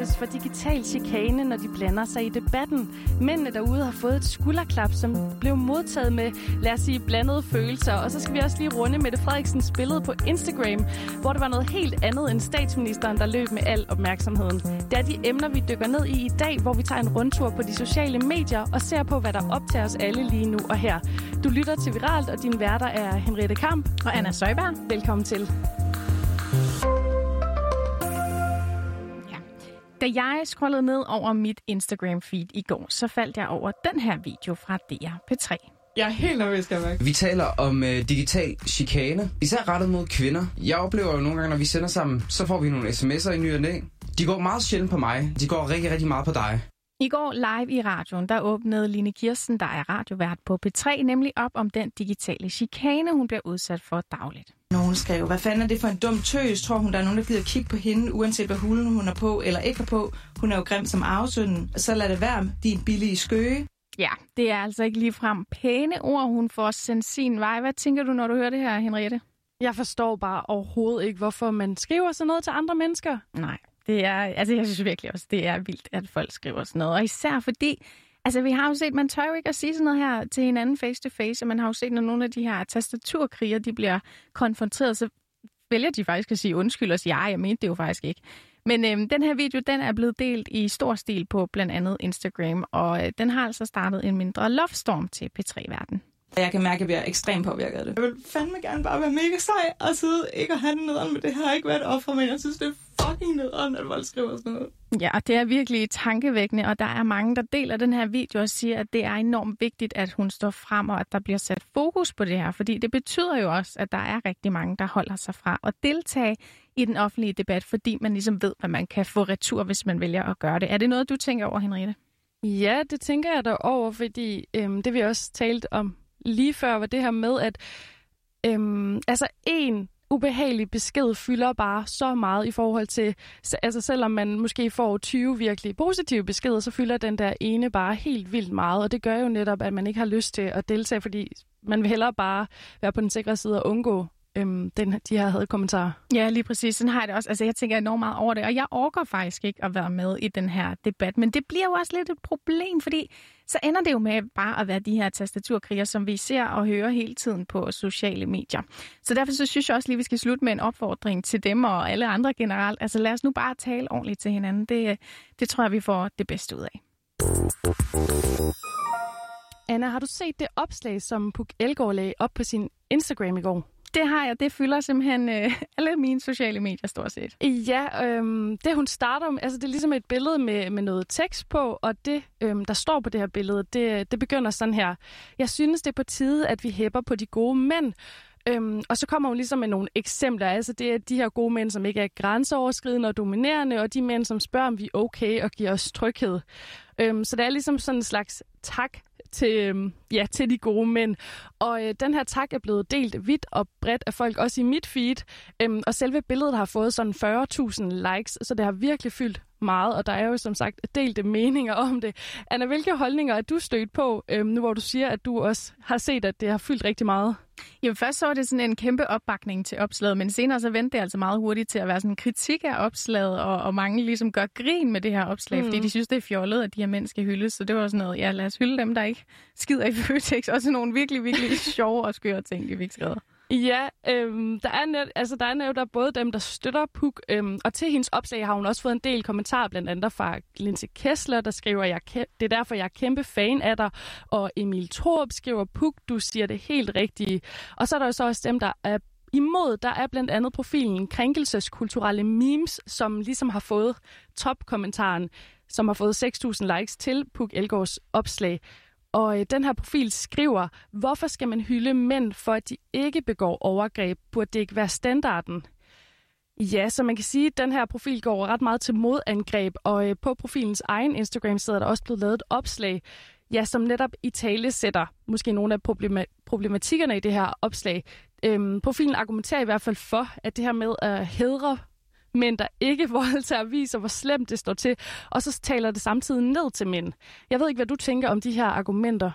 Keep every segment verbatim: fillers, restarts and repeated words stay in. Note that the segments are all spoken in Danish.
udsættes for digital chikane, når de blander sig i debatten. Mændene derude har fået et skulderklap, som blev modtaget med, lad os sige, blandede følelser. Og så skal vi også lige runde Mette Frederiksens billede på Instagram, hvor det var noget helt andet end statsministeren, der løb med al opmærksomheden. Det er de emner, vi dykker ned i i dag, hvor vi tager en rundtur på de sociale medier og ser på, hvad der optager os alle lige nu og her. Du lytter til Viralt, og dine værter er Henriette Kamp og Anna Søjberg. Velkommen til. Da jeg scrollede ned over mit Instagram-feed i går, så faldt jeg over den her video fra D R P tre. Jeg er helt nervøs, kan jeg mærke. Vi taler om øh, digital chikane, især rettet mod kvinder. Jeg oplever jo nogle gange, når vi sender sammen, så får vi nogle sms'er i ny og næ. De går meget sjældent på mig. De går rigtig, rigtig meget på dig. I går live i radioen, der åbnede Line Kirsten, der er radiovært på P tre, nemlig op om den digitale chikane, hun bliver udsat for dagligt. Nogen skrev, hvad fanden er det for en dum tøs? Tror hun, der er nogen, der gider kigge på hende, uanset hvad hulen hun er på eller ikke er på? Hun er jo grim som arvesynden. Så lad det være, din billige skøge. Ja, det er altså ikke ligefrem pæne ord, hun får sendt sin vej. Hvad tænker du, når du hører det her, Henriette? Jeg forstår bare overhovedet ikke, hvorfor man skriver sådan noget til andre mennesker. Nej, det er, altså jeg synes virkelig også, det er vildt, at folk skriver sådan noget. Og især fordi, altså vi har jo set, man tør jo ikke at sige sådan noget her til hinanden face to face, og man har jo set, når nogle af de her tastaturkriger, de bliver konfronteret, så vælger de faktisk at sige undskyld og sige, ja, jeg mente det jo faktisk ikke. Men øhm, den her video, den er blevet delt i stor stil på blandt andet Instagram, og øh, den har altså startet en mindre loftstorm til P tre-verden. Jeg kan mærke, at jeg bliver ekstremt påvirket af det. Jeg vil fandme gerne bare være mega sej og sidde ikke at have den nederen, men det har ikke været offer, men jeg synes, det er fucking nederen, at folk skriver sådan noget. Ja, og det er virkelig tankevækkende, og der er mange, der deler den her video og siger, at det er enormt vigtigt, at hun står frem, og at der bliver sat fokus på det her, fordi det betyder jo også, at der er rigtig mange, der holder sig fra at deltage i den offentlige debat, fordi man ligesom ved, hvad man kan få retur, hvis man vælger at gøre det. Er det noget, du tænker over, Henriette? Ja, det tænker jeg der over, fordi øhm, det vi også talt om lige før, var det her med, at øhm, altså en ubehagelig besked fylder bare så meget i forhold til, altså selvom man måske får tyve virkelig positive beskeder, så fylder den der ene bare helt vildt meget, og det gør jo netop, at man ikke har lyst til at deltage, fordi man vil hellere bare være på den sikre side og undgå øhm, den, de her hadkommentarer. Ja, lige præcis. Sådan har jeg det også. Altså, jeg tænker enormt meget over det, og jeg orker faktisk ikke at være med i den her debat, men det bliver jo også lidt et problem, fordi så ender det jo med bare at være de her tastaturkriger, som vi ser og hører hele tiden på sociale medier. Så derfor så synes jeg også lige, vi skal slutte med en opfordring til dem og alle andre generelt. Altså lad os nu bare tale ordentligt til hinanden. Det, det tror jeg, vi får det bedste ud af. Anna, har du set det opslag, som Puk Elgård lagde op på sin Instagram i går? Det har jeg. Det fylder simpelthen øh, alle mine sociale medier stort set. Ja, øhm, det hun starter med, altså det er ligesom et billede med, med noget tekst på, og det, øhm, der står på det her billede, det, det begynder sådan her. Jeg synes, det er på tide, at vi hæpper på de gode mænd. Øhm, og så kommer hun ligesom med nogle eksempler. Altså det er de her gode mænd, som ikke er grænseoverskridende og dominerende, og de mænd, som spørger, om vi er okay og giver os tryghed. Øhm, så det er ligesom sådan en slags tak til, ja, til de gode mænd. Og øh, den her tak er blevet delt vidt og bredt af folk, også i mit feed. Øhm, og selve billedet har fået sådan fyrre tusind likes, så det har virkelig fyldt meget, og der er jo som sagt delte meninger om det. Anna, hvilke holdninger er du stødt på, øhm, nu hvor du siger, at du også har set, at det har fyldt rigtig meget? Jamen først så var det sådan en kæmpe opbakning til opslaget, men senere så vendte det altså meget hurtigt til at være sådan en kritik af opslaget, og, og mange ligesom gør grin med det her opslag, mm. fordi de synes, det er fjollet, at de her mænd skal hyldes. Så det var sådan noget, ja, lad os hylde dem, der ikke skider i Føtex. Også nogle virkelig, virkelig sjove og skøre ting, de fik skrevet. Ja, øhm, der er net, altså der er net, der er både dem, der støtter Puk, øhm, og til hendes opslag har hun også fået en del kommentarer, blandt andet fra Linse Kessler, der skriver, jeg det er derfor, jeg er kæmpe fan af dig, og Emil Thorup skriver, Puk, du siger det helt rigtige. Og så er der jo så også dem, der er imod, der er blandt andet profilen Krænkelseskulturelle Memes, som ligesom har fået topkommentaren, som har fået seks tusind likes til Puk Elgårds opslag. Og øh, den her profil skriver, hvorfor skal man hylde mænd, for at de ikke begår overgreb? Burde det ikke være standarden? Ja, så man kan sige, at den her profil går ret meget til modangreb, og øh, på profilens egen Instagram-side er der også blevet lavet et opslag, ja, som netop i tale sætter måske nogle af problema- problematikkerne i det her opslag. Øhm, profilen argumenterer i hvert fald for, at det her med at hædre mænd, der ikke voldtager, viser, hvor slemt det står til, og så taler det samtidig ned til mænd. Jeg ved ikke, hvad du tænker om de her argumenter.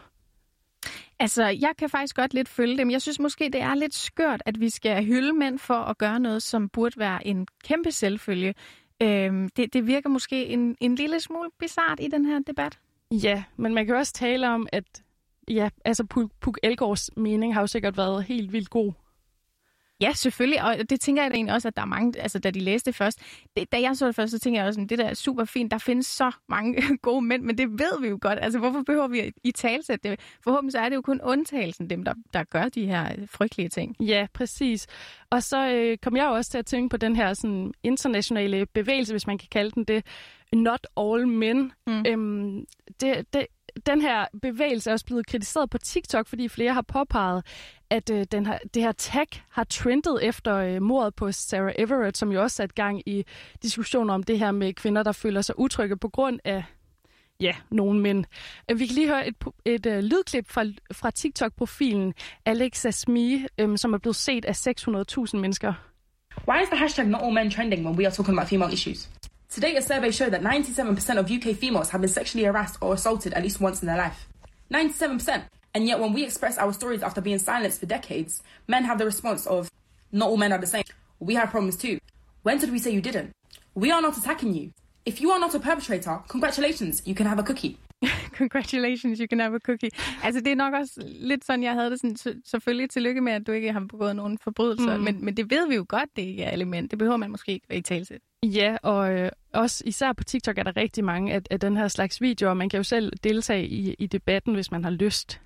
Altså, jeg kan faktisk godt lidt følge dem. Jeg synes måske, det er lidt skørt, at vi skal hylde mænd for at gøre noget, som burde være en kæmpe selvfølge. Øhm, det, det virker måske en, en lille smule bizart i den her debat. Ja, men man kan også tale om, at ja, altså Puk Elgårds mening har jo sikkert været helt vildt god. Ja, selvfølgelig, og det tænker jeg da egentlig også, at der er mange, altså da de læste det først, det, da jeg så det først, så tænker jeg også, at det der er super fint, der findes så mange gode mænd, men det ved vi jo godt, altså hvorfor behøver vi i talsætte det? Forhåbentlig så er det jo kun undtagelsen, dem der, der gør de her frygtelige ting. Ja, præcis. Og så øh, kom jeg jo også til at tænke på den her sådan, internationale bevægelse, hvis man kan kalde den det, Not All Men. Mm. Øhm, det, det, den her bevægelse er også blevet kritiseret på TikTok, fordi flere har påpeget, at øh, den her, det her tag har trendet efter øh, mordet på Sarah Everett, som jo også satte gang i diskussioner om det her med kvinder, der føler sig utrygge på grund af ja, nogle mænd. Vi kan lige høre et, et, et uh, lydklip fra, fra TikTok-profilen Alexa Smee, um, som er blevet set af seks hundrede tusind mennesker. Why is the hashtag not all men trending when we are talking about female issues? Today, a survey showed that ninety-seven percent of U K females have been sexually harassed or assaulted at least once in their life. ninety-seven percent. And yet when we express our stories after being silenced for decades, men have the response of, not all men are the same. We have problems too. When did we say you didn't? We are not attacking you. If you are not a perpetrator, congratulations, you can have a cookie. Congratulations, you can have a cookie. Altså, det er nok også lidt sådan, jeg havde det sådan, selvfølgelig tillykke med, at du ikke har begået nogen forbrydelser, mm. men, men det ved vi jo godt, det ikke er element. Det behøver man måske ikke i talsæt. Ja, og øh, også især på TikTok er der rigtig mange af, af den her slags videoer. Man kan jo selv deltage i, i debatten, hvis man har lyst.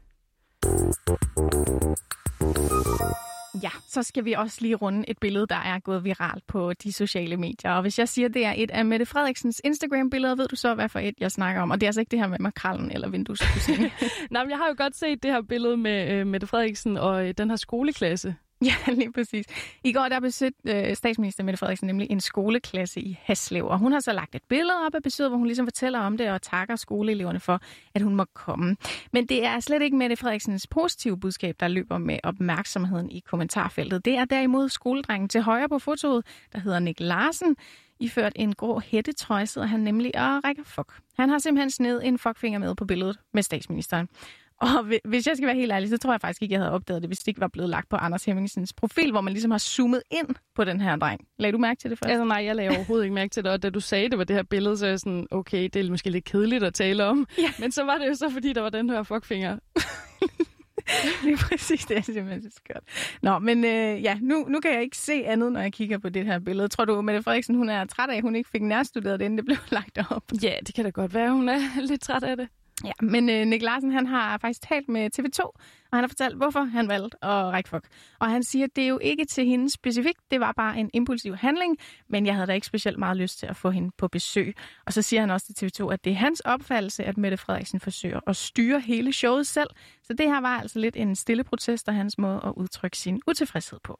Ja, så skal vi også lige runde et billede, der er gået viralt på de sociale medier. Og hvis jeg siger, det er et af Mette Frederiksens Instagram-billeder, ved du så, hvad for et jeg snakker om? Og det er altså ikke det her med makrallen eller vindueskussinen. Nej, men jeg har jo godt set det her billede med øh, Mette Frederiksen og øh, den her skoleklasse. Ja, lige præcis. I går der besøgte øh, statsminister Mette Frederiksen nemlig en skoleklasse i Haslev, og hun har så lagt et billede op af besøget, hvor hun ligesom fortæller om det og takker skoleeleverne for, at hun må komme. Men det er slet ikke Mette Frederiksens positive budskab, der løber med opmærksomheden i kommentarfeltet. Det er derimod skoledrengen til højre på fotoet, der hedder Nick Larsen. Iført en grå hættetrøje sidder han nemlig og rækker fuck. Han har simpelthen snedet en fuckfinger med på billedet med statsministeren. Og hvis jeg skal være helt ærlig, så tror jeg faktisk ikke, jeg havde opdaget det, hvis det ikke var blevet lagt på Anders Hemmingsens profil, hvor man ligesom har zoomet ind på den her dreng. Lagde du mærke til det først? Altså nej, jeg lagde overhovedet ikke mærke til det, og da du sagde, det var det her billede, så er jeg sådan, okay, det er måske lidt kedeligt at tale om. Ja. Men så var det jo så, fordi der var den her fuckfinger. Det er præcis det, jeg simpelthen så skørt. Nå, men øh, ja, nu, nu kan jeg ikke se andet, når jeg kigger på det her billede. Tror du, Mette Frederiksen, hun er træt af, at hun ikke fik nærstuderet det, inden det blev lagt op? Ja, det kan da godt være, hun er lidt træt af det. Ja, men øh, Nick Larsen, han har faktisk talt med T V to, og han har fortalt, hvorfor han valgte at række fuck. Og han siger, at det er jo ikke til hende specifikt, det var bare en impulsiv handling, men jeg havde da ikke specielt meget lyst til at få hende på besøg. Og så siger han også til T V to, at det er hans opfattelse, at Mette Frederiksen forsøger at styre hele showet selv. Så det her var altså lidt en stille protest af hans måde at udtrykke sin utilfredshed på.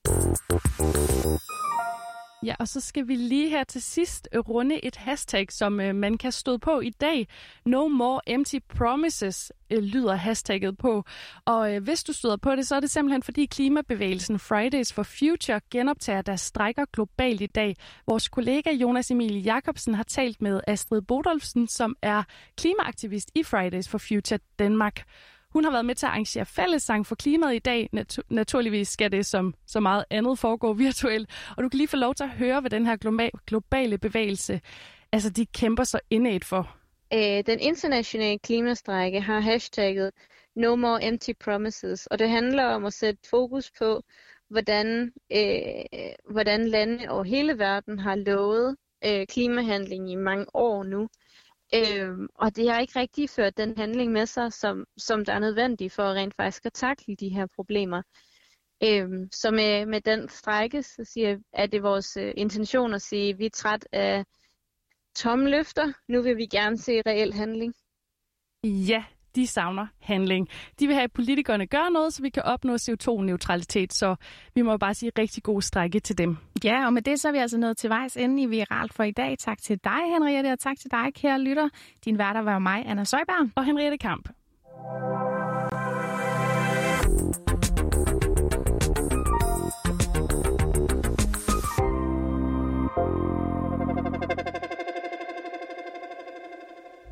Ja, og så skal vi lige her til sidst runde et hashtag, som øh, man kan støde på i dag. No more empty promises øh, lyder hashtagget på. Og øh, hvis du støder på det, så er det simpelthen fordi klimabevægelsen Fridays for Future genoptager deres strejker globalt i dag. Vores kollega Jonas Emil Jacobsen har talt med Astrid Bodolfsen, som er klimaaktivist i Fridays for Future Danmark. Hun har været med til at arrangere fællessang for klimaet i dag. Nat- naturligvis skal det som så meget andet foregå virtuelt. Og du kan lige få lov til at høre, hvad den her glo- globale bevægelse, altså de kæmper så indædt for. Øh, den internationale klimastrejke har hashtagget No More Empty Promises, og det handler om at sætte fokus på, hvordan, øh, hvordan lande over hele verden har lovet øh, klimahandling i mange år nu. Øhm, og det har ikke rigtig ført den handling med sig, som, som der er nødvendig for at rent faktisk at takle de her problemer. Øhm, så med, med den strejke, så siger, er det vores øh, intention at sige, at vi er træt af tomme løfter. Nu vil vi gerne se reel handling. Ja, de savner handling. De vil have, at politikerne gør noget, så vi kan opnå C O to neutralitet. Så vi må bare sige rigtig god strejke til dem. Ja, og med det så er vi altså nået til vejs ende i Viralt for i dag. Tak til dig, Henriette, og tak til dig, kære lytter. Din værter var mig, Anna Søjberg og Henriette Kamp.